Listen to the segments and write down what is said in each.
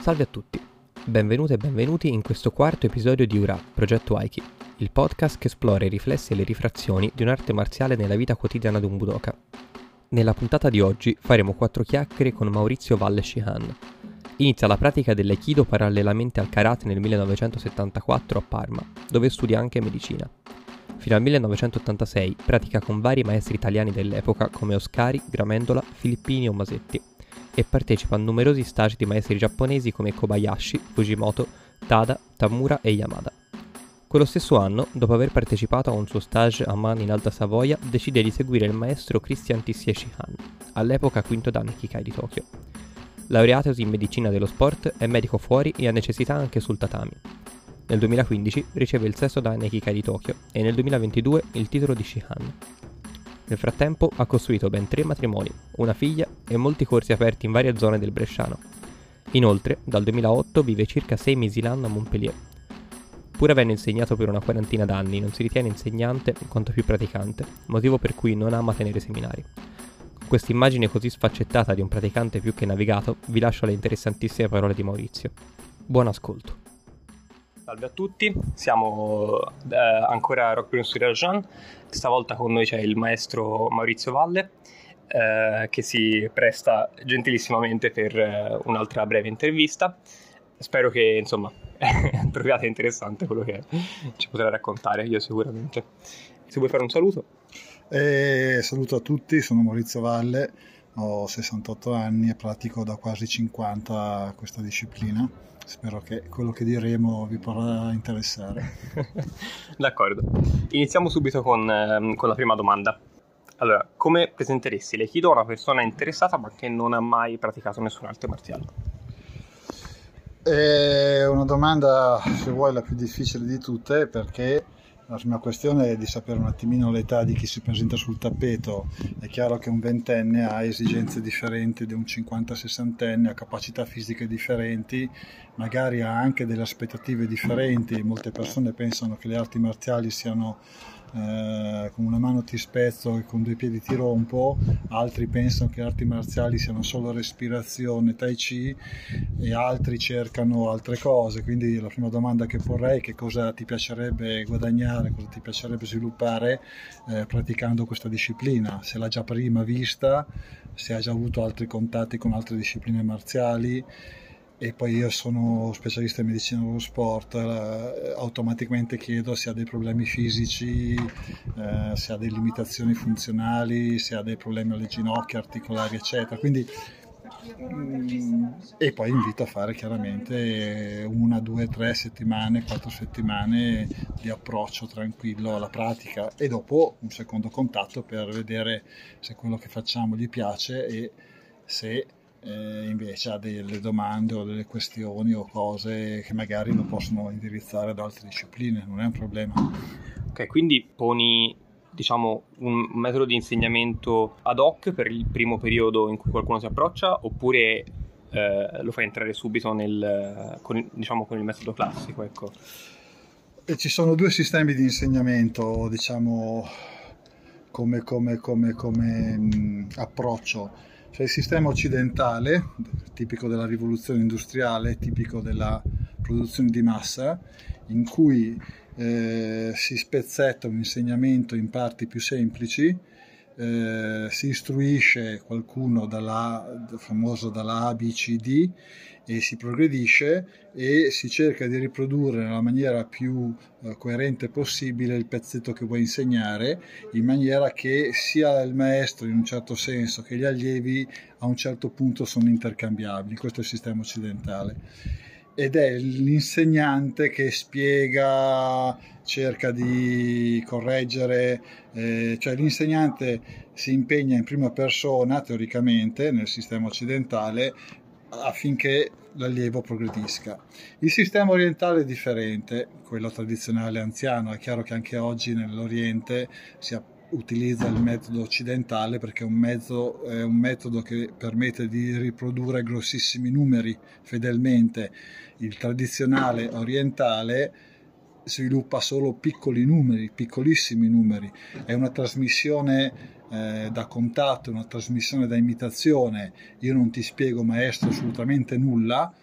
Salve a tutti, benvenute e benvenuti in questo quarto episodio di URA, Progetto Aiki, il podcast che esplora i riflessi e le rifrazioni di un'arte marziale nella vita quotidiana di un budoka. Nella puntata di oggi faremo 4 chiacchiere con Maurizio Valle Shihan. Inizia la pratica dell'Aikido parallelamente al Karate nel 1974 a Parma, dove studia anche medicina. Fino al 1986 pratica con vari maestri italiani dell'epoca come Oscari, Gramendola, Filippini o Masetti e partecipa a numerosi stage di maestri giapponesi come Kobayashi, Fujimoto, Tada, Tamura e Yamada. Quello stesso anno, dopo aver partecipato a un suo stage a Man in Alta Savoia, decide di seguire il maestro Christian Tissie Shihan, all'epoca quinto dan Kikai di Tokyo. Laureatosi in medicina dello sport, è medico fuori e ha necessità anche sul tatami. Nel 2015 riceve il sesto dan Kikai di Tokyo e nel 2022 il titolo di Shihan. Nel frattempo ha costruito ben 3 matrimoni, una figlia e molti corsi aperti in varie zone del Bresciano. Inoltre, dal 2008 vive circa 6 mesi l'anno a Montpellier. Pur avendo insegnato per una quarantina d'anni, non si ritiene insegnante quanto più praticante, motivo per cui non ama tenere seminari. Con questa immagine così sfaccettata di un praticante più che navigato, vi lascio le interessantissime parole di Maurizio. Buon ascolto. Salve a tutti, siamo ancora a Rock Primo Studio Jean. Stavolta con noi c'è il maestro Maurizio Valle, che si presta gentilissimamente per un'altra breve intervista. Spero che, insomma, troviate interessante quello che ci potrà raccontare, io sicuramente. Se vuoi fare un saluto. Saluto a tutti, sono Maurizio Valle, ho 68 anni e pratico da quasi 50 questa disciplina. Spero che quello che diremo vi potrà interessare. D'accordo. Iniziamo subito con la prima domanda. Allora, come presenteresti l'Aikido a una persona interessata ma che non ha mai praticato nessuna arte marziale? È una domanda, se vuoi, la più difficile di tutte, perché la prima questione è di sapere un attimino l'età di chi si presenta sul tappeto. È chiaro che un ventenne ha esigenze differenti di un 50-60enne, ha capacità fisiche differenti, magari ha anche delle aspettative differenti. Molte persone pensano che le arti marziali siano con una mano ti spezzo e con 2 piedi ti rompo, altri pensano che le arti marziali siano solo respirazione, tai chi, e altri cercano altre cose. Quindi la prima domanda che porrei è: che cosa ti piacerebbe guadagnare, cosa ti piacerebbe sviluppare praticando questa disciplina, se l'ha già prima vista, se ha già avuto altri contatti con altre discipline marziali. E poi io sono specialista in medicina dello sport, automaticamente chiedo se ha dei problemi fisici, se ha delle limitazioni funzionali, se ha dei problemi alle ginocchia, articolari, eccetera. Quindi, e poi invito a fare chiaramente 1, 2, 3 settimane, 4 settimane di approccio tranquillo alla pratica e dopo un secondo contatto per vedere se quello che facciamo gli piace e se invece ha delle domande o delle questioni o cose che magari lo possono indirizzare ad altre discipline, non è un problema. Ok, quindi poni, diciamo, un metodo di insegnamento ad hoc per il primo periodo in cui qualcuno si approccia, oppure lo fai entrare subito con il metodo classico, ecco. E ci sono 2 sistemi di insegnamento, diciamo, come approccio. C'è il sistema occidentale, tipico della rivoluzione industriale, tipico della produzione di massa, in cui si spezzetta un insegnamento in parti più semplici, si istruisce qualcuno famoso dalla A, B, C, D, e si progredisce e si cerca di riprodurre nella maniera più coerente possibile il pezzetto che vuoi insegnare, in maniera che sia il maestro in un certo senso che gli allievi a un certo punto sono intercambiabili. Questo è il sistema occidentale. Ed è l'insegnante che spiega, cerca di correggere, cioè l'insegnante si impegna in prima persona, teoricamente, nel sistema occidentale, affinché l'allievo progredisca. Il sistema orientale è differente, quello tradizionale anziano. È chiaro che anche oggi nell'Oriente si utilizza il metodo occidentale perché è un metodo che permette di riprodurre grossissimi numeri fedelmente. Il tradizionale orientale sviluppa solo piccoli numeri, piccolissimi numeri. È una trasmissione da contatto, una trasmissione da imitazione. Io non ti spiego, maestro, assolutamente nulla,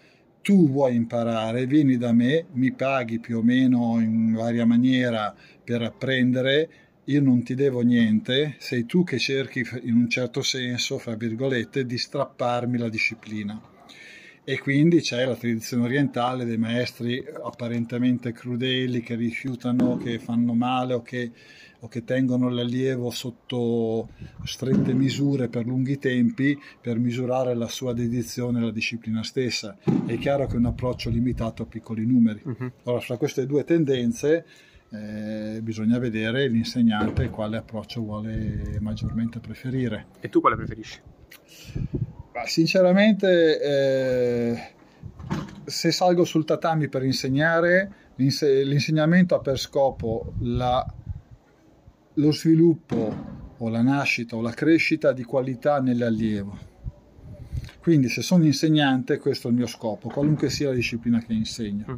tu vuoi imparare, vieni da me, mi paghi più o meno in varia maniera per apprendere, io non ti devo niente, sei tu che cerchi in un certo senso, fra virgolette, di strapparmi la disciplina. E quindi c'è la tradizione orientale dei maestri apparentemente crudeli che rifiutano, che fanno male o che tengono l'allievo sotto strette misure per lunghi tempi per misurare la sua dedizione alla disciplina stessa. È chiaro che è un approccio limitato a piccoli numeri. Ora, fra queste due tendenze bisogna vedere l'insegnante quale approccio vuole maggiormente preferire. E tu quale preferisci? Sinceramente, se salgo sul tatami per insegnare, l'insegnamento ha per scopo lo sviluppo o la nascita o la crescita di qualità nell'allievo. Quindi se sono insegnante, questo è il mio scopo, qualunque sia la disciplina che insegno.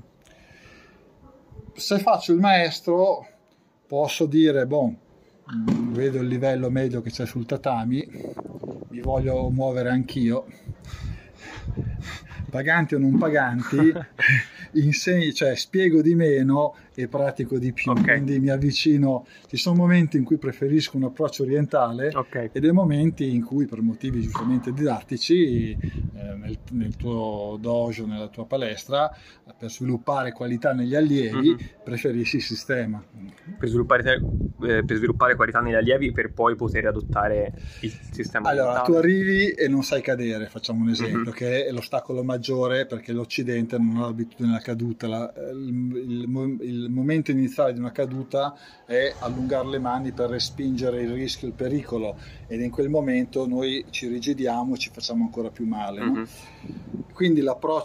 Se faccio il maestro, posso dire, vedo il livello medio che c'è sul tatami, mi voglio muovere anch'io, paganti o non paganti, spiego di meno e pratico di più, quindi mi avvicino. Ci sono momenti in cui preferisco un approccio orientale e dei momenti in cui, per motivi giustamente didattici, nel tuo dojo, nella tua palestra, per sviluppare qualità negli allievi, preferisci il sistema. Per sviluppare qualità negli allievi, per poi poter adottare il sistema. Allora, tu arrivi e non sai cadere, facciamo un esempio, che è l'ostacolo maggiore, perché l'Occidente non ha l'abitudine alla caduta. Il momento iniziale di una caduta è allungare le mani per respingere il rischio, il pericolo, ed in quel momento noi ci rigidiamo e ci facciamo ancora più male. No? Quindi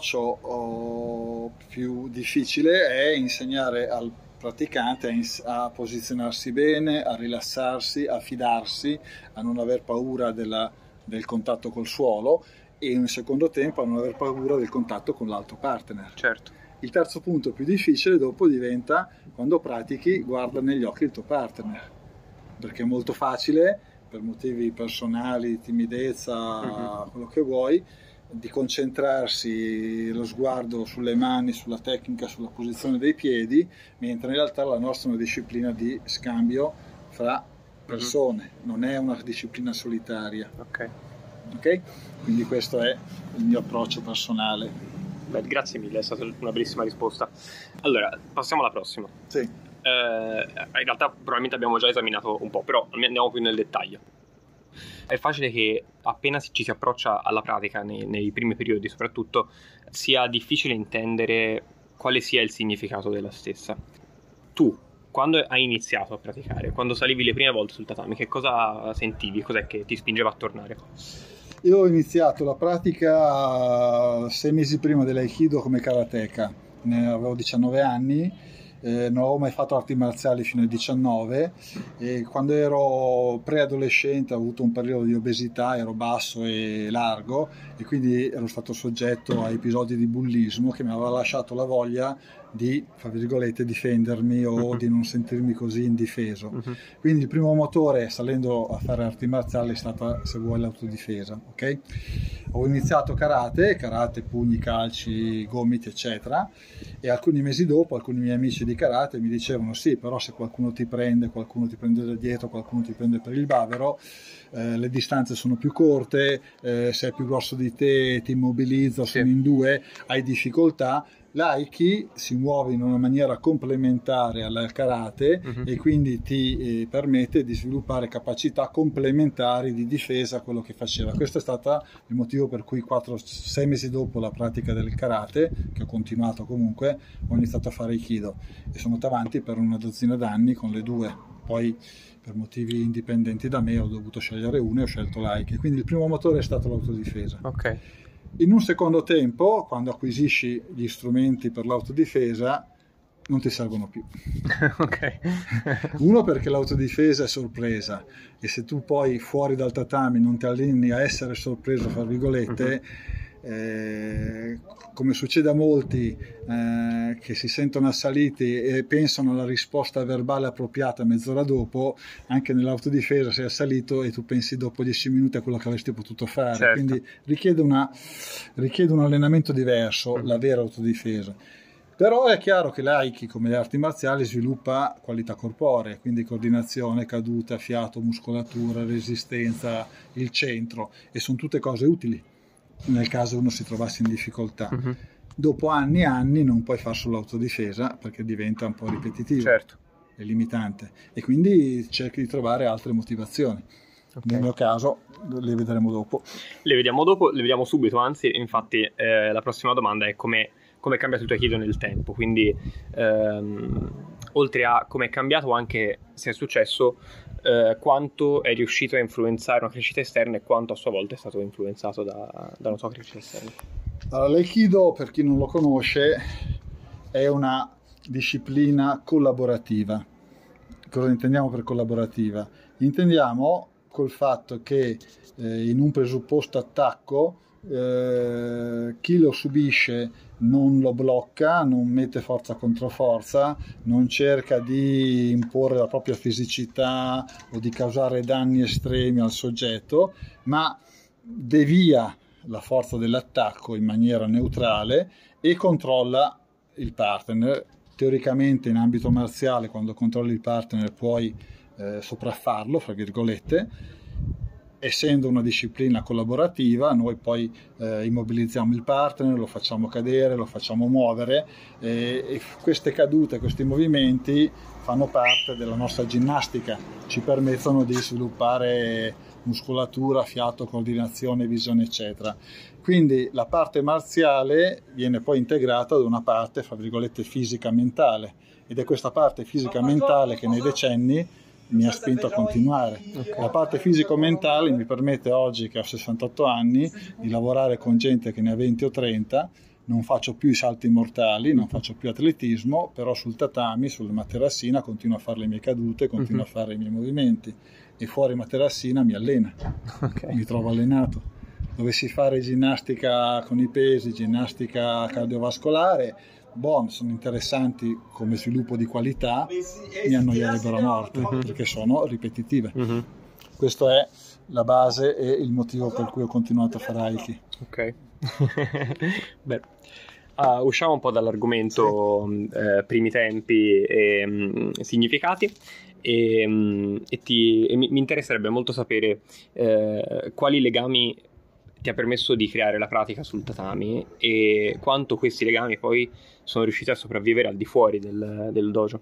l'approccio più difficile è insegnare al praticante a posizionarsi bene, a rilassarsi, a fidarsi, a non aver paura del contatto col suolo, e in un secondo tempo a non aver paura del contatto con l'altro partner. Certo. Il terzo punto più difficile dopo diventa quando pratichi, guarda negli occhi il tuo partner, perché è molto facile, per motivi personali, timidezza, quello che vuoi, di concentrarsi lo sguardo sulle mani, sulla tecnica, sulla posizione dei piedi, mentre in realtà la nostra è una disciplina di scambio fra persone, non è una disciplina solitaria. Ok? Quindi questo è il mio approccio personale. Grazie mille, è stata una bellissima risposta. Allora, passiamo alla prossima. Sì. In realtà probabilmente abbiamo già esaminato un po', però andiamo più nel dettaglio. È facile che appena ci si approccia alla pratica, nei primi periodi soprattutto, sia difficile intendere quale sia il significato della stessa. Tu, quando hai iniziato a praticare, quando salivi le prime volte sul tatami, che cosa sentivi? Cos'è che ti spingeva a tornare? Io ho iniziato la pratica 6 mesi prima dell'Aikido come karateka, avevo 19 anni, non avevo mai fatto arti marziali fino ai 19, e quando ero preadolescente ho avuto un periodo di obesità, ero basso e largo e quindi ero stato soggetto a episodi di bullismo che mi aveva lasciato la voglia di, fra virgolette, difendermi o di non sentirmi così indifeso. Quindi il primo motore salendo a fare arti marziali è stata, se vuoi, l'autodifesa. Ho iniziato karate, pugni, calci, gomiti eccetera, e alcuni mesi dopo alcuni miei amici di karate mi dicevano: sì, però se qualcuno ti prende da dietro, qualcuno ti prende per il bavero, le distanze sono più corte, se è più grosso di te ti immobilizza, sono in due, hai difficoltà. L'aiki si muove in una maniera complementare al karate e quindi ti permette di sviluppare capacità complementari di difesa a quello che faceva. Questo è stato il motivo per cui 6 mesi dopo la pratica del karate, che ho continuato comunque, ho iniziato a fare Aikido e sono andato avanti per una dozzina d'anni con le due. Poi per motivi indipendenti da me ho dovuto scegliere una e ho scelto l'Aiki. Quindi il primo motore è stato l'autodifesa. In un secondo tempo, quando acquisisci gli strumenti per l'autodifesa, non ti servono più. Uno, perché l'autodifesa è sorpresa, e se tu poi fuori dal tatami non ti alleni a essere sorpreso, fra virgolette, come succede a molti che si sentono assaliti e pensano alla risposta verbale appropriata mezz'ora dopo, anche nell'autodifesa sei assalito e tu pensi dopo 10 minuti a quello che avresti potuto fare. Certo. Quindi richiede un allenamento diverso, la vera autodifesa. Però è chiaro che l'Aikido, come le arti marziali, sviluppa qualità corporea, quindi coordinazione, caduta, fiato, muscolatura, resistenza, il centro, e sono tutte cose utili nel caso uno si trovasse in difficoltà. Dopo anni e anni non puoi fare solo autodifesa perché diventa un po' ripetitivo, Certo. è limitante, e quindi cerchi di trovare altre motivazioni. Nel mio caso le vedremo dopo. Le vediamo dopo, le vediamo subito, anzi, infatti la prossima domanda è come è cambiato il tuo Aikido nel tempo, quindi oltre a come è cambiato, anche se è successo, quanto è riuscito a influenzare una crescita esterna e quanto a sua volta è stato influenzato da una sua crescita esterna. Allora, l'Aikido, per chi non lo conosce, è una disciplina collaborativa. Cosa intendiamo per collaborativa? Intendiamo col fatto che in un presupposto attacco chi lo subisce non lo blocca, non mette forza contro forza, non cerca di imporre la propria fisicità o di causare danni estremi al soggetto, ma devia la forza dell'attacco in maniera neutrale e controlla il partner. Teoricamente in ambito marziale, quando controlli il partner puoi sopraffarlo, fra virgolette. Essendo una disciplina collaborativa, noi poi immobilizziamo il partner, lo facciamo cadere, lo facciamo muovere, e queste cadute, questi movimenti fanno parte della nostra ginnastica, ci permettono di sviluppare muscolatura, fiato, coordinazione, visione, eccetera. Quindi la parte marziale viene poi integrata da una parte, fra virgolette, fisica mentale, ed è questa parte fisica mentale che nei decenni mi ha spinto a continuare. La parte fisico-mentale mi permette oggi, che ho 68 anni, di lavorare con gente che ne ha 20 o 30, non faccio più i salti mortali, non faccio più atletismo, però sul tatami, sulla materassina continuo a fare le mie cadute, continuo a fare i miei movimenti, e fuori materassina mi allena, mi trovo allenato. Dovessi fare ginnastica con i pesi, ginnastica cardiovascolare, sono interessanti come sviluppo di qualità, mi annoierebbero a morte perché sono ripetitive. Questa è la base e il motivo per cui ho continuato a fare Aikido. Ok. Beh, usciamo un po' dall'argomento primi tempi e significati, e mi interesserebbe molto sapere quali legami ti ha permesso di creare la pratica sul tatami e quanto questi legami poi sono riusciti a sopravvivere al di fuori del dojo.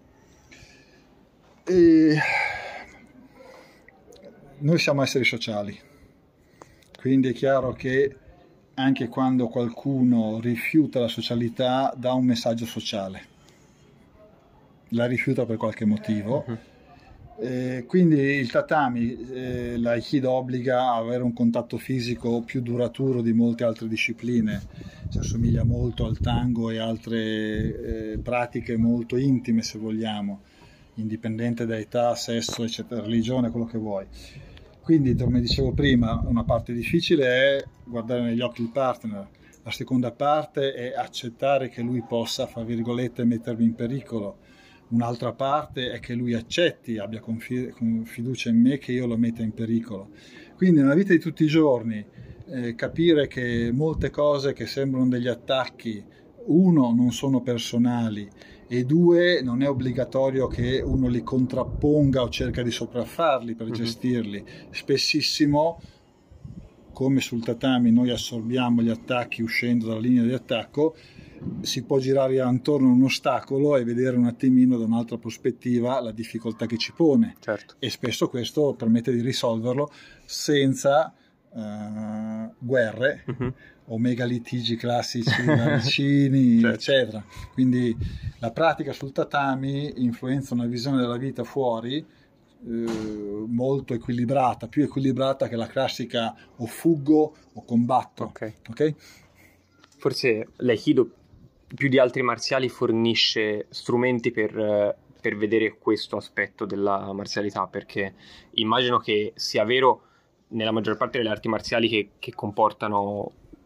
Noi siamo esseri sociali, quindi è chiaro che anche quando qualcuno rifiuta la socialità dà un messaggio sociale, la rifiuta per qualche motivo. Quindi il tatami, l'aikido obbliga a avere un contatto fisico più duraturo di molte altre discipline, si assomiglia molto al tango e altre pratiche molto intime, se vogliamo, indipendente da età, sesso, eccetera, religione, quello che vuoi. Quindi, come dicevo prima, una parte difficile è guardare negli occhi il partner, la seconda parte è accettare che lui possa, fra virgolette, mettermi in pericolo. Un'altra parte è che lui accetti, abbia fiducia in me, che io lo metta in pericolo. Quindi nella vita di tutti i giorni capire che molte cose che sembrano degli attacchi, uno, non sono personali, e due, non è obbligatorio che uno li contrapponga o cerca di sopraffarli per gestirli. Spessissimo, come sul tatami noi assorbiamo gli attacchi uscendo dalla linea di attacco, si può girare attorno a un ostacolo e vedere un attimino da un'altra prospettiva la difficoltà che ci pone. Certo. E spesso questo permette di risolverlo senza guerre o mega litigi classici da vicini, certo, eccetera. Quindi la pratica sul tatami influenza una visione della vita fuori molto equilibrata, più equilibrata che la classica o fuggo o combatto. Ok? Forse l'aikido più di altri marziali fornisce strumenti per vedere questo aspetto della marzialità, perché immagino che sia vero nella maggior parte delle arti marziali che comportano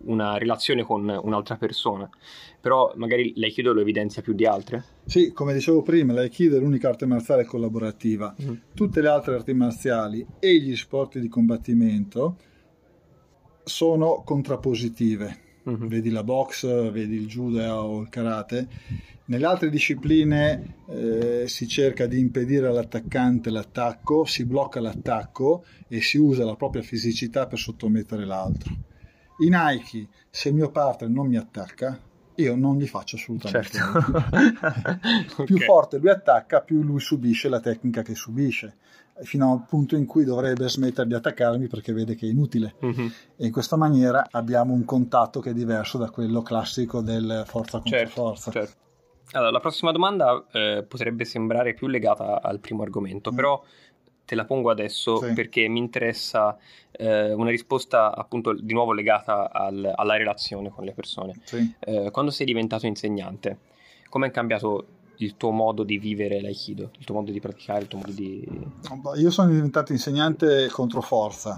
una relazione con un'altra persona, però magari l'Aikido lo evidenzia più di altre. Sì, come dicevo prima, l'Aikido è l'unica arte marziale collaborativa. Tutte le altre arti marziali e gli sport di combattimento sono contrappositive. Vedi la box, vedi il judo o il karate. Nelle altre discipline si cerca di impedire all'attaccante l'attacco, si blocca l'attacco e si usa la propria fisicità per sottomettere l'altro. In Aiki, se il mio partner non mi attacca, io non gli faccio assolutamente niente. Più forte lui attacca, più lui subisce la tecnica che subisce, fino al punto in cui dovrebbe smettere di attaccarmi perché vede che è inutile. E in questa maniera abbiamo un contatto che è diverso da quello classico del forza contro forza. Certo. Allora, la prossima domanda potrebbe sembrare più legata al primo argomento, però te la pongo adesso perché mi interessa una risposta appunto di nuovo legata alla relazione con le persone. Quando sei diventato insegnante, come è cambiato il tuo modo di vivere l'Aikido, il tuo modo di praticare, il tuo modo di... Io sono diventato insegnante contro forza,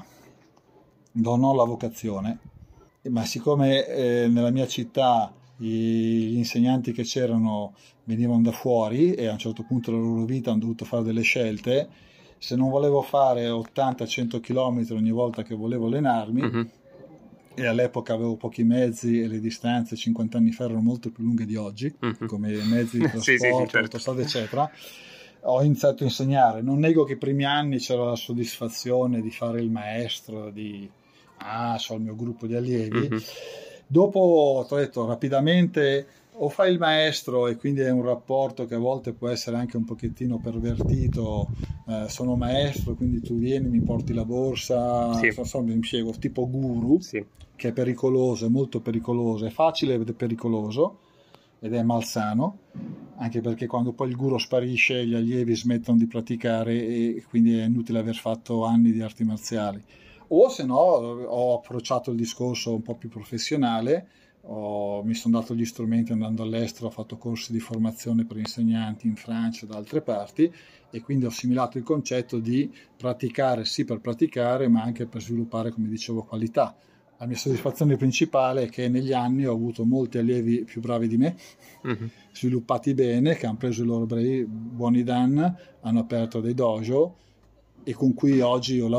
non ho la vocazione, ma siccome nella mia città gli insegnanti che c'erano venivano da fuori e a un certo punto della loro vita hanno dovuto fare delle scelte, se non volevo fare 80-100 km ogni volta che volevo allenarmi, e all'epoca avevo pochi mezzi e le distanze 50 anni fa erano molto più lunghe di oggi, come mezzi di trasporto, autostrade eccetera, ho iniziato a insegnare. Non nego che i primi anni c'era la soddisfazione di fare il maestro, di so il mio gruppo di allievi. Dopo ho detto rapidamente o fai il maestro e quindi è un rapporto che a volte può essere anche un pochettino pervertito, sono maestro quindi tu vieni, mi porti la borsa, mi spiego, tipo guru, che è pericoloso, è molto pericoloso, è facile ed è pericoloso ed è malsano, anche perché quando poi il guru sparisce gli allievi smettono di praticare e quindi è inutile aver fatto anni di arti marziali. O se no ho approcciato il discorso un po' più professionale, mi sono dato gli strumenti andando all'estero, ho fatto corsi di formazione per insegnanti in Francia e da altre parti e quindi ho assimilato il concetto di praticare sì per praticare ma anche per sviluppare, come dicevo, qualità. La mia soddisfazione principale è che negli anni ho avuto molti allievi più bravi di me, sviluppati bene, che hanno preso i loro buoni dan, hanno aperto dei dojo e con cui oggi io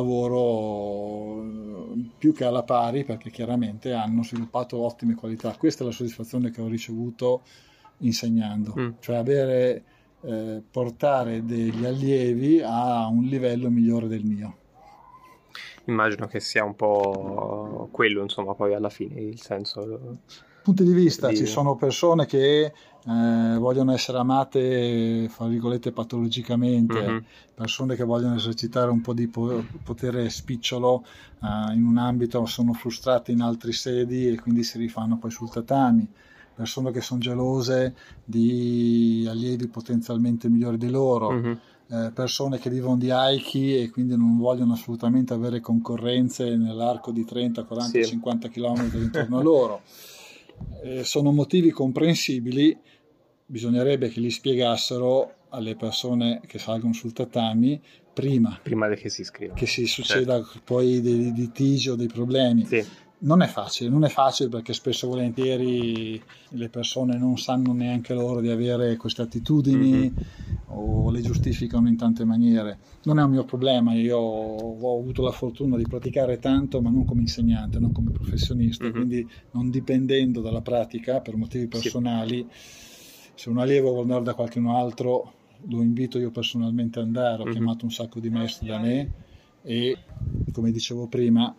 lavoro più che alla pari perché chiaramente hanno sviluppato ottime qualità. Questa è la soddisfazione che ho ricevuto insegnando, cioè portare degli allievi a un livello migliore del mio. Immagino che sia un po' quello, insomma, poi alla fine il senso. Punti di vista, ci sono persone che vogliono essere amate, fra virgolette, patologicamente, persone che vogliono esercitare un po' di potere spicciolo in un ambito, sono frustrate in altri sedi e quindi si rifanno poi sul tatami, persone che sono gelose di allievi potenzialmente migliori di loro, persone che vivono di Aiki e quindi non vogliono assolutamente avere concorrenze nell'arco di 30, 40, 50 km intorno a loro. Sono motivi comprensibili, bisognerebbe che li spiegassero alle persone che salgono sul tatami prima che si iscrivano, che si succeda poi dei litigi o dei problemi. Non è facile perché spesso e volentieri le persone non sanno neanche loro di avere queste attitudini o le giustificano in tante maniere. Non è un mio problema, io ho avuto la fortuna di praticare tanto ma non come insegnante, non come professionista, quindi non dipendendo dalla pratica per motivi personali. Se un allievo vuole andare da qualcun altro lo invito io personalmente ad andare, ho chiamato un sacco di maestri da me e come dicevo prima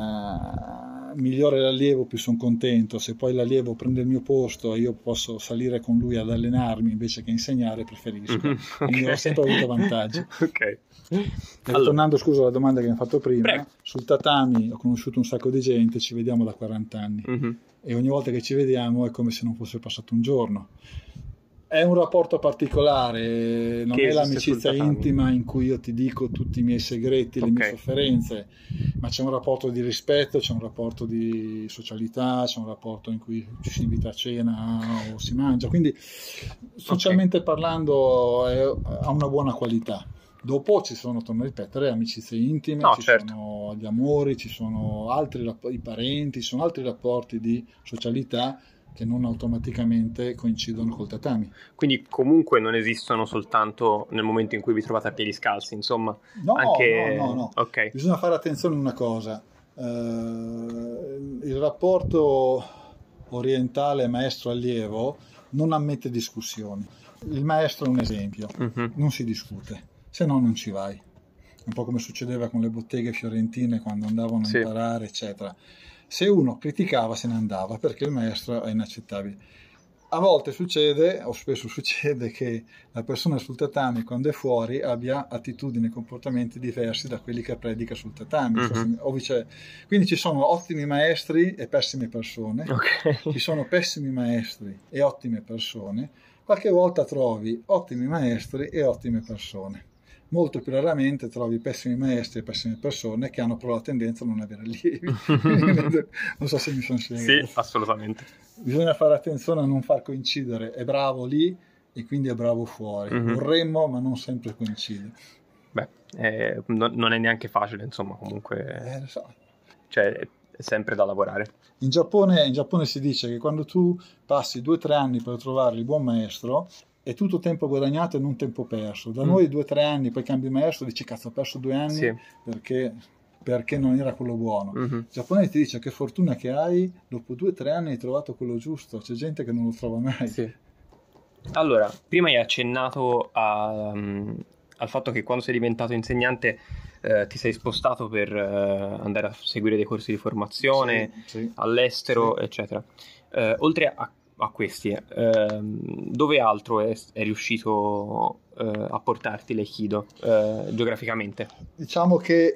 migliore l'allievo più sono contento. Se poi l'allievo prende il mio posto e io posso salire con lui ad allenarmi invece che insegnare, preferisco. Quindi ho sempre avuto vantaggi. Tornando scusa alla domanda che mi hai fatto prima, sul tatami ho conosciuto un sacco di gente, ci vediamo da 40 anni e ogni volta che ci vediamo è come se non fosse passato un giorno. È un rapporto particolare, non è l'amicizia intima in cui io ti dico tutti i miei segreti, le mie sofferenze, ma c'è un rapporto di rispetto, c'è un rapporto di socialità, c'è un rapporto in cui ci si invita a cena o si mangia, quindi socialmente parlando ha una buona qualità. Dopo ci sono, torno a ripetere, amicizie intime, No, ci certo. sono gli amori, ci sono altri i parenti, ci sono altri rapporti di socialità che non automaticamente coincidono col tatami. Quindi comunque non esistono soltanto nel momento in cui vi trovate a piedi scalzi, insomma. No, Anche... no. Ok. Bisogna fare attenzione a una cosa. Il rapporto orientale maestro-allievo non ammette discussioni. Il maestro è un esempio, non si discute, se no non ci vai. Un po' come succedeva con le botteghe fiorentine quando andavano a imparare, eccetera. Se uno criticava se ne andava perché il maestro è inaccettabile. A volte succede, o spesso succede, che la persona sul tatami quando è fuori abbia attitudini e comportamenti diversi da quelli che predica sul tatami. Quindi ci sono ottimi maestri e pessime persone, ci sono pessimi maestri e ottime persone. Qualche volta trovi ottimi maestri e ottime persone. Molto più raramente trovi pessimi maestri e pessime persone che hanno però la tendenza a non avere allievi. Non so se mi sono spiegato. Sì, assolutamente. Bisogna fare attenzione a non far coincidere, è bravo lì e quindi è bravo fuori. Vorremmo, ma non sempre coincide. Beh, non è neanche facile, insomma, comunque. Lo so. Cioè, è sempre da lavorare. In Giappone si dice che quando tu passi 2 o 3 anni per trovare il buon maestro, è tutto tempo guadagnato e non tempo perso. Da noi 2 o 3 anni, poi cambi maestro, dici cazzo ho perso 2 anni perché non era quello buono. Il Giappone ti dice che fortuna che hai, dopo 2 o 3 anni hai trovato quello giusto. C'è gente che non lo trova mai. Sì. Allora, prima hai accennato al fatto che quando sei diventato insegnante ti sei spostato per andare a seguire dei corsi di formazione all'estero, eccetera. Oltre a questi, dove altro è riuscito a portarti l'Aikido geograficamente? Diciamo che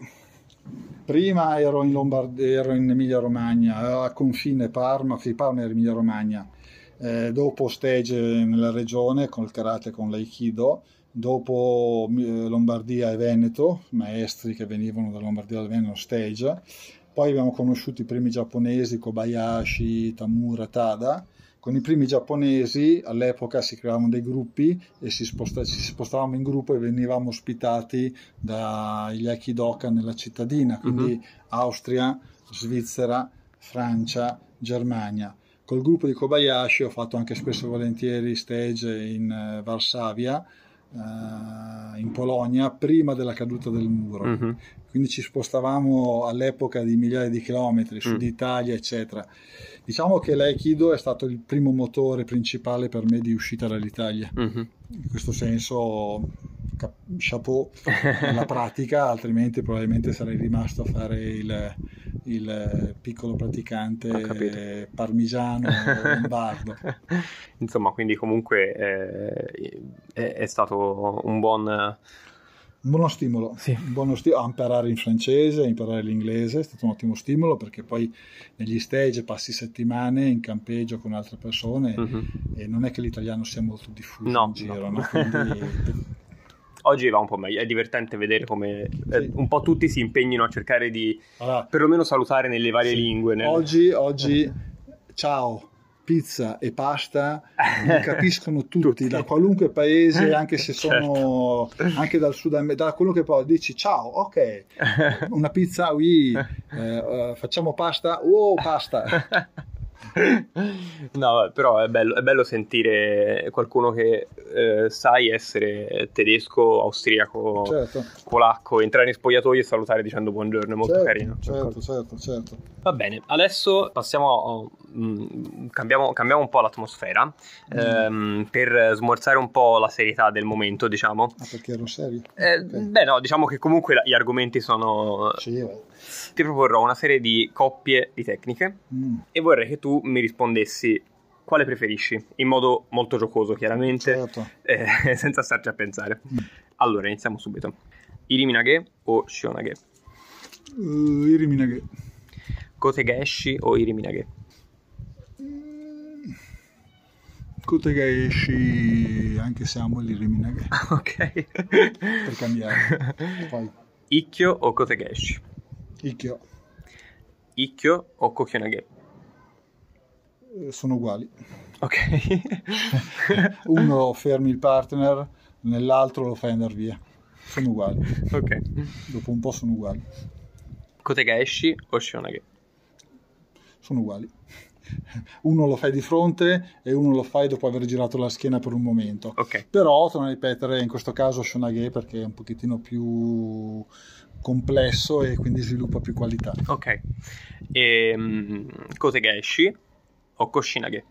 prima ero in Lombardia, ero in Emilia Romagna, a confine Parma era Emilia Romagna, dopo stage nella regione con il karate e con l'Aikido, dopo Lombardia e Veneto, maestri che venivano da Lombardia e Veneto stage, poi abbiamo conosciuto i primi giapponesi, Kobayashi, Tamura, Tada. Con i primi giapponesi all'epoca si creavano dei gruppi e ci spostavamo in gruppo e venivamo ospitati dagli Aikidoka nella cittadina, quindi Austria, Svizzera, Francia, Germania. Col gruppo di Kobayashi ho fatto anche spesso e volentieri stage in Varsavia, in Polonia, prima della caduta del muro. Quindi ci spostavamo all'epoca di migliaia di chilometri, Sud Italia, eccetera. Diciamo che l'Aikido è stato il primo motore principale per me di uscita dall'Italia. In questo senso, chapeau alla pratica, altrimenti probabilmente sarei rimasto a fare il piccolo praticante parmigiano lombardo. Insomma, quindi comunque è stato un buono stimolo, a imparare in francese, a imparare l'inglese, è stato un ottimo stimolo perché poi negli stage passi settimane in campeggio con altre persone e non è che l'italiano sia molto diffuso in giro, no? Quindi... Oggi va un po' meglio, è divertente vedere come un po' tutti si impegnino a cercare di perlomeno salutare nelle varie lingue. Oggi ciao, pizza e pasta li capiscono tutti, da qualunque paese, anche se sono anche dal Sud America, da qualunque paese, dici ciao, ok, una pizza, facciamo pasta, pasta. No, però è bello sentire qualcuno che sai essere tedesco, austriaco, polacco, entrare in spogliatoio e salutare dicendo buongiorno, è molto carino. Certo. Va bene, adesso passiamo cambiamo un po' l'atmosfera per smorzare un po' la serietà del momento, diciamo. Perché ero serio? Beh no, diciamo che comunque gli argomenti sono... Ti proporrò una serie di coppie di tecniche e vorrei che tu mi rispondessi quale preferisci, in modo molto giocoso chiaramente, senza starci a pensare. Allora, iniziamo subito. Iriminage o Shionage? Iriminage. Kotegaeshi o Iriminage? Kotegaeshi, anche se amo l'Iriminage. Ok. Per cambiare. Poi. Ikkyo o Kotegaeshi? Ikkyo. Ikkyo o Kokionage? Sono uguali. Ok. Uno fermi il partner, nell'altro lo fai andare via. Sono uguali. Ok. Dopo un po' sono uguali. Kotegaeshi o Shonage? Sono uguali. Uno lo fai di fronte e uno lo fai dopo aver girato la schiena per un momento. Ok. Però, torno a ripetere, in questo caso Shonage perché è un pochettino più complesso e quindi sviluppa più qualità. Ok. Kotegaeshi o Koshinage?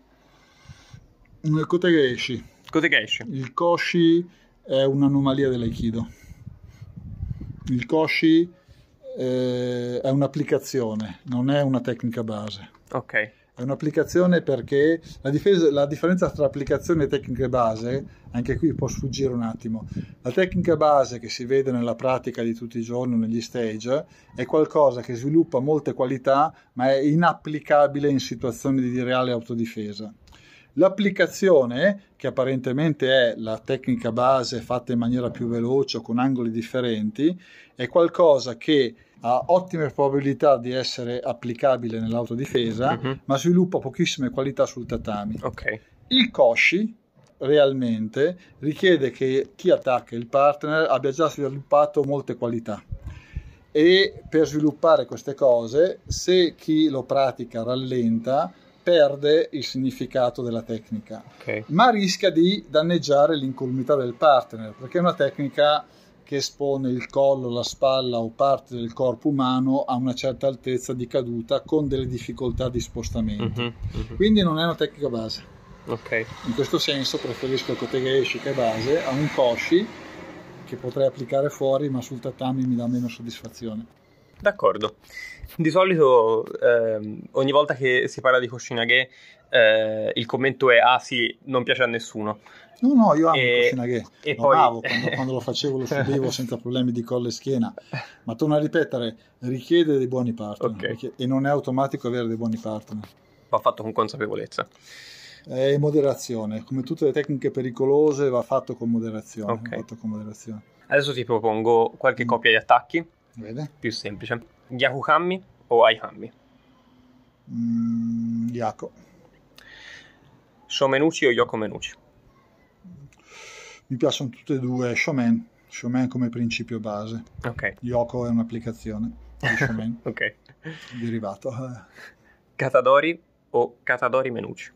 Nel Kotegaeshi. Kotegaeshi. Il Koshi è un'anomalia dell'Aikido. Il Koshi è un'applicazione, non è una tecnica base. Ok. È un'applicazione perché la differenza tra applicazione e tecniche base, anche qui può sfuggire un attimo. La tecnica base che si vede nella pratica di tutti i giorni negli stage è qualcosa che sviluppa molte qualità ma è inapplicabile in situazioni di reale autodifesa. L'applicazione, che apparentemente è la tecnica base fatta in maniera più veloce o con angoli differenti, è qualcosa che ha ottime probabilità di essere applicabile nell'autodifesa, ma sviluppa pochissime qualità sul tatami. Ok. Il Koshi realmente richiede che chi attacca il partner abbia già sviluppato molte qualità. E per sviluppare queste cose, se chi lo pratica rallenta, perde il significato della tecnica, ma rischia di danneggiare l'incolumità del partner, perché è una tecnica che espone il collo, la spalla o parte del corpo umano a una certa altezza di caduta con delle difficoltà di spostamento. Quindi non è una tecnica base. Ok. In questo senso preferisco il Kotegaeshi che è base a un Koshi che potrei applicare fuori, ma sul tatami mi dà meno soddisfazione. D'accordo. Di solito ogni volta che si parla di Koshinage il commento è sì, non piace a nessuno. No, io amo il Koshinage, e lo poi... amavo, quando lo facevo lo subivo senza problemi di collo e schiena, ma torno a ripetere, richiede dei buoni partner, e non è automatico avere dei buoni partner. Va fatto con consapevolezza. È moderazione, come tutte le tecniche pericolose va fatto con moderazione. Okay. Va fatto con moderazione. Adesso ti propongo qualche coppia di attacchi. Vede? Più semplice. Yakuhammi o Aihammi? Yako. Shomenuchi o Yokomenuchi? Mi piacciono tutte e due. Shomen come principio base. Ok. Yoko è un'applicazione di Shomen. Ok. Derivato. Katadori o Katadori Menuchi?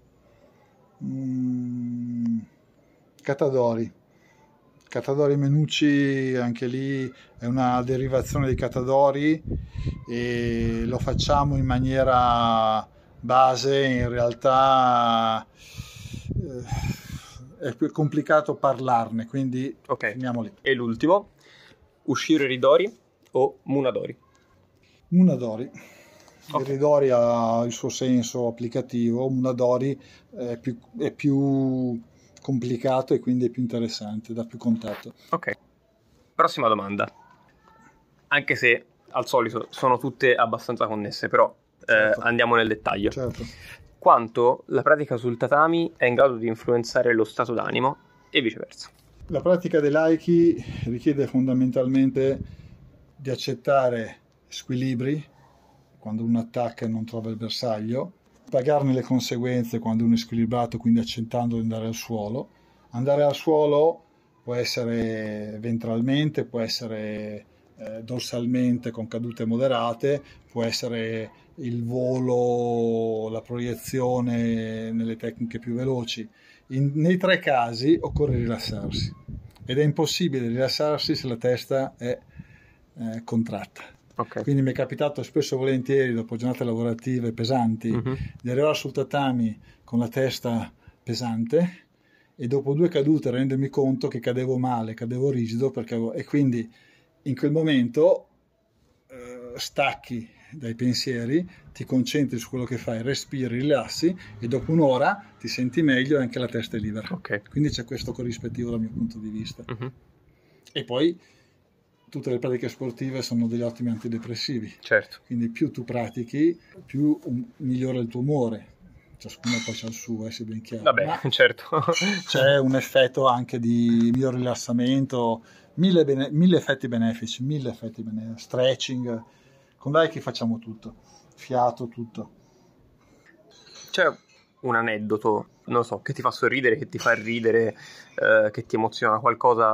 Katadori. Katadori Menuchi, anche lì è una derivazione di Katadori e lo facciamo in maniera base, in realtà è più complicato parlarne, quindi finiamo lì. E l'ultimo, Ushiro Ridori o Munadori? Munadori. Il Ridori ha il suo senso applicativo, Munadori è più complicato e quindi è più interessante, dà più contatto. Ok. Prossima domanda. Anche se al solito sono tutte abbastanza connesse, però certo. Andiamo nel dettaglio. Certo. Quanto la pratica sul tatami è in grado di influenzare lo stato d'animo e viceversa? La pratica dell'Aiki richiede fondamentalmente di accettare squilibri quando uno attacca e non trova il bersaglio, pagarne le conseguenze quando uno è squilibrato, quindi accettando di andare al suolo. Andare al suolo può essere ventralmente, può essere dorsalmente con cadute moderate, può essere il volo, la proiezione nelle tecniche più veloci. Nei tre casi occorre rilassarsi ed è impossibile rilassarsi se la testa è contratta. Quindi mi è capitato spesso e volentieri dopo giornate lavorative pesanti di arrivare sul tatami con la testa pesante e dopo 2 cadute rendermi conto che cadevo male, cadevo rigido e quindi in quel momento stacchi dai pensieri, ti concentri su quello che fai, respiri, rilassi e dopo un'ora ti senti meglio e anche la testa è libera. Quindi c'è questo corrispettivo dal mio punto di vista. E poi tutte le pratiche sportive sono degli ottimi antidepressivi. Certo. Quindi più tu pratichi, più migliora il tuo umore. Ciascuno poi c'ha il suo, sia ben chiaro. Vabbè, certo. C'è un effetto anche di miglior rilassamento, mille effetti benefici, stretching. Con l'Aiki facciamo tutto, fiato, tutto. C'è un aneddoto, non so, che ti fa sorridere, che ti fa ridere, che ti emoziona, qualcosa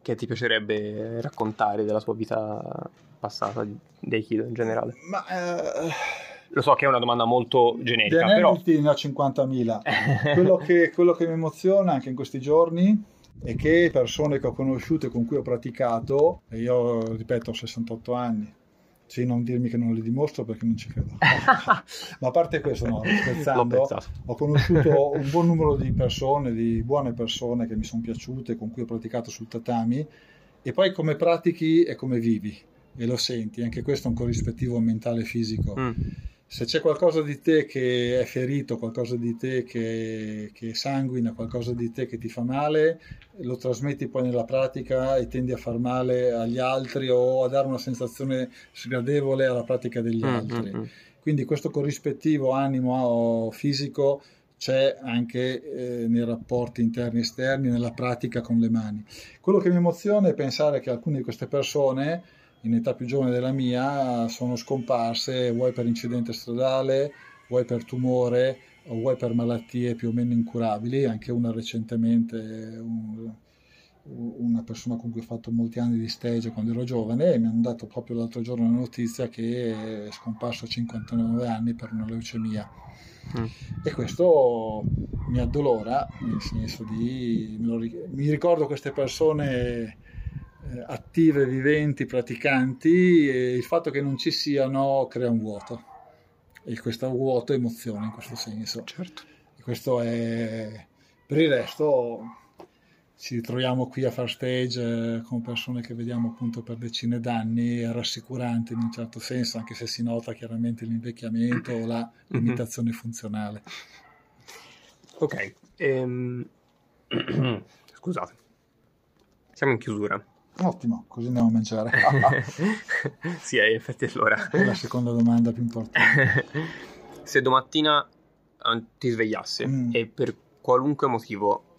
che ti piacerebbe raccontare della sua vita passata, di Aikido in generale? Ma lo so che è una domanda molto generica, però ne ho 50.000. quello che mi emoziona anche in questi giorni è che persone che ho conosciuto e con cui ho praticato, e io ripeto ho 68 anni, sì, non dirmi che non li dimostro perché non ci credo. Ma a parte questo, no, scherzando, ho conosciuto un buon numero di persone, di buone persone che mi sono piaciute, con cui ho praticato sul tatami, e poi come pratichi e come vivi, e lo senti, anche questo è un corrispettivo mentale e fisico. Se c'è qualcosa di te che è ferito, qualcosa di te che sanguina, qualcosa di te che ti fa male, lo trasmetti poi nella pratica e tendi a far male agli altri o a dare una sensazione sgradevole alla pratica degli altri. Quindi questo corrispettivo animo fisico c'è anche nei rapporti interni e esterni, nella pratica con le mani. Quello che mi emoziona è pensare che alcune di queste persone in età più giovane della mia sono scomparse, vuoi per incidente stradale, vuoi per tumore o vuoi per malattie più o meno incurabili. Anche una recentemente, una persona con cui ho fatto molti anni di stage quando ero giovane, e mi hanno dato proprio l'altro giorno la notizia che è scomparso a 59 anni per una leucemia. E questo mi addolora, nel senso mi ricordo queste persone attive, viventi, praticanti, e il fatto che non ci siano crea un vuoto, e questo vuoto emoziona in questo senso. Certo. E questo è, per il resto ci ritroviamo qui a far stage con persone che vediamo appunto per decine d'anni, è rassicurante in un certo senso, anche se si nota chiaramente l'invecchiamento o la limitazione funzionale. Ok, scusate, siamo in chiusura. Ottimo, così andiamo a mangiare. Sì, in effetti è l'ora. È la seconda domanda più importante. Se domattina ti svegliassi e per qualunque motivo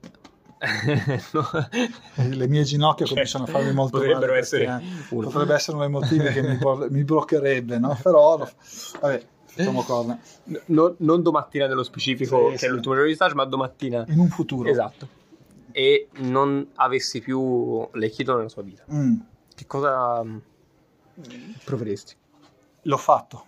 le mie ginocchia cominciano a farmi molto potrebbero male, essere potrebbe essere uno dei motivi che mi bloccherebbe, no? Però vabbè, facciamo corna. Non domattina nello specifico, che è l'ultimo giorno di stage, ma domattina in un futuro. Esatto. E non avessi più l'Aikido nella sua vita, che cosa proveresti? L'ho fatto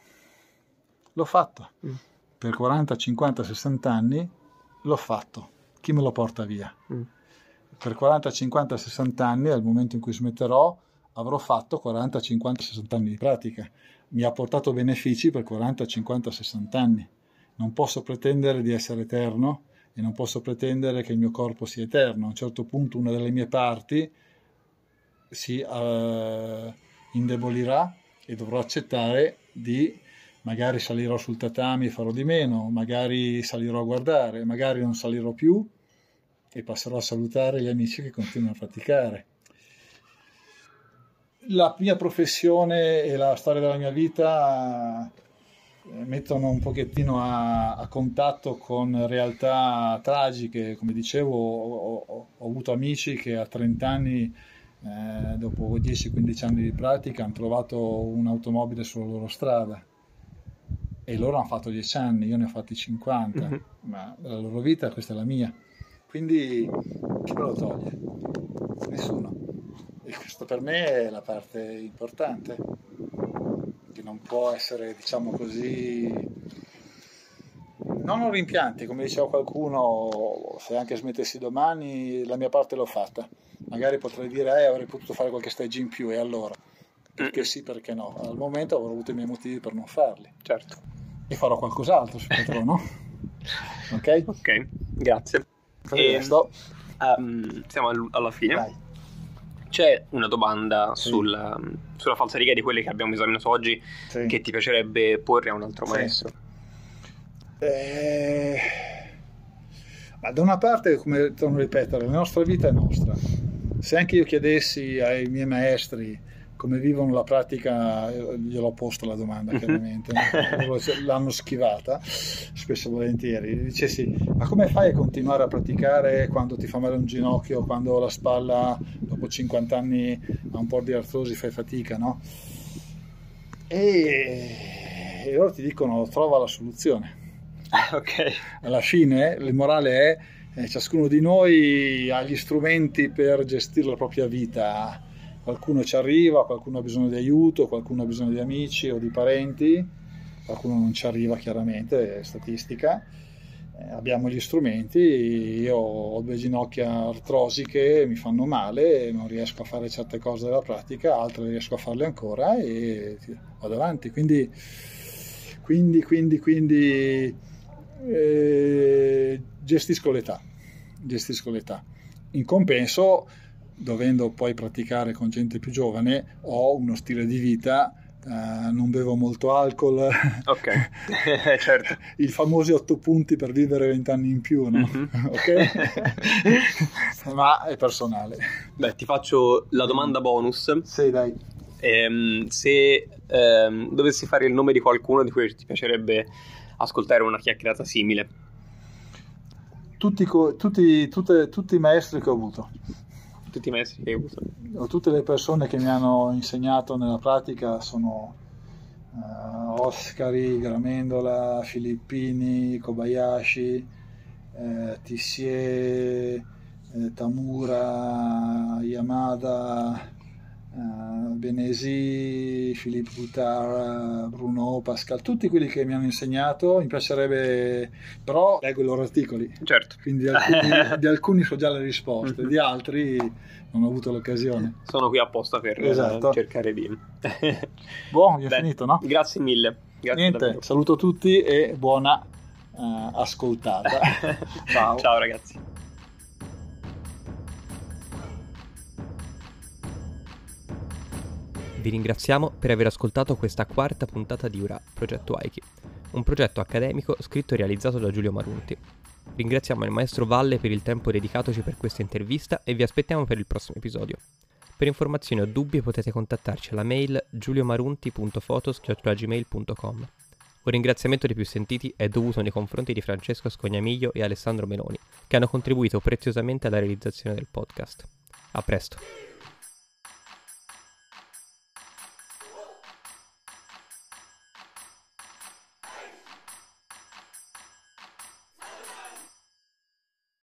per 40, 50, 60 anni, l'ho fatto. Chi me lo porta via? Per 40, 50, 60 anni, al momento in cui smetterò, avrò fatto 40, 50, 60 anni di pratica. Mi ha portato benefici per 40, 50, 60 anni. Non posso pretendere di essere eterno e non posso pretendere che il mio corpo sia eterno. A un certo punto una delle mie parti si indebolirà e dovrò accettare di, magari salirò sul tatami e farò di meno, magari salirò a guardare, magari non salirò più e passerò a salutare gli amici che continuano a faticare. La mia professione e la storia della mia vita mettono un pochettino a contatto con realtà tragiche. Come dicevo, ho avuto amici che a 30 anni, dopo 10-15 anni di pratica, hanno trovato un'automobile sulla loro strada e loro hanno fatto 10 anni, io ne ho fatti 50, ma la loro vita, questa è la mia. Quindi chi me lo toglie? Nessuno. E questo per me è la parte importante, che non può essere, diciamo così, non ho rimpianti, come diceva qualcuno, se anche smettessi domani la mia parte l'ho fatta. Magari potrei dire avrei potuto fare qualche stage in più, e allora? Perché sì, perché no? Al momento avrò avuto i miei motivi per non farli. Certo. E farò qualcos'altro, se potrò, no? Ok? Ok, grazie. Siamo alla fine. Dai. C'è una domanda sulla falsariga di quelle che abbiamo esaminato oggi, che ti piacerebbe porre a un altro maestro? Ma da una parte, come torno a ripetere, la nostra vita è nostra. Se anche io chiedessi ai miei maestri come vivono la pratica, gliel'ho posto la domanda, chiaramente, l'hanno schivata spesso e volentieri. Dicessi, ma come fai a continuare a praticare quando ti fa male un ginocchio, quando la spalla dopo 50 anni ha un po' di artrosi, fai fatica, no? E loro ti dicono trova la soluzione. Ok. Alla fine il morale Ciascuno di noi ha gli strumenti per gestire la propria vita. Qualcuno ci arriva, qualcuno ha bisogno di aiuto, qualcuno ha bisogno di amici o di parenti, qualcuno non ci arriva, chiaramente, è statistica. Abbiamo gli strumenti, io ho 2 ginocchia artrosiche, mi fanno male, non riesco a fare certe cose della pratica, altre riesco a farle ancora e vado avanti. Quindi gestisco l'età. In compenso, dovendo poi praticare con gente più giovane, ho uno stile di vita. Non bevo molto alcol. Ok, certo. I famosi 8 punti per vivere 20 anni in più, no? Mm-hmm. Ok? Ma è personale. Beh, ti faccio la domanda bonus. Sì, dai. Se dovessi fare il nome di qualcuno di cui ti piacerebbe ascoltare una chiacchierata simile. Tutti i maestri che ho avuto. Tutti i maestri che hai avuto. Tutte le persone che mi hanno insegnato nella pratica sono Oscari, Gramendola, Filippini, Kobayashi, Tissier, Tamura, Yamada, Benesi, Philippe Boutard, Bruno, Pascal, tutti quelli che mi hanno insegnato. Mi piacerebbe, però leggo i loro articoli, certo. Quindi di alcuni so già le risposte, di altri non ho avuto l'occasione. Sono qui apposta per cercare di... Buon, abbiamo finito, no? Grazie mille. Grazie. Niente, davvero. Saluto tutti e buona ascoltata. Ciao. Ciao ragazzi. Vi ringraziamo per aver ascoltato questa 4ª puntata di URA, Progetto Aiki, un progetto accademico scritto e realizzato da Giulio Marunti. Ringraziamo il maestro Valle per il tempo dedicatoci per questa intervista e vi aspettiamo per il prossimo episodio. Per informazioni o dubbi potete contattarci alla mail giuliomarunti.fotos@gmail.com. Un ringraziamento dei più sentiti è dovuto nei confronti di Francesco Scognamiglio e Alessandro Meloni, che hanno contribuito preziosamente alla realizzazione del podcast. A presto!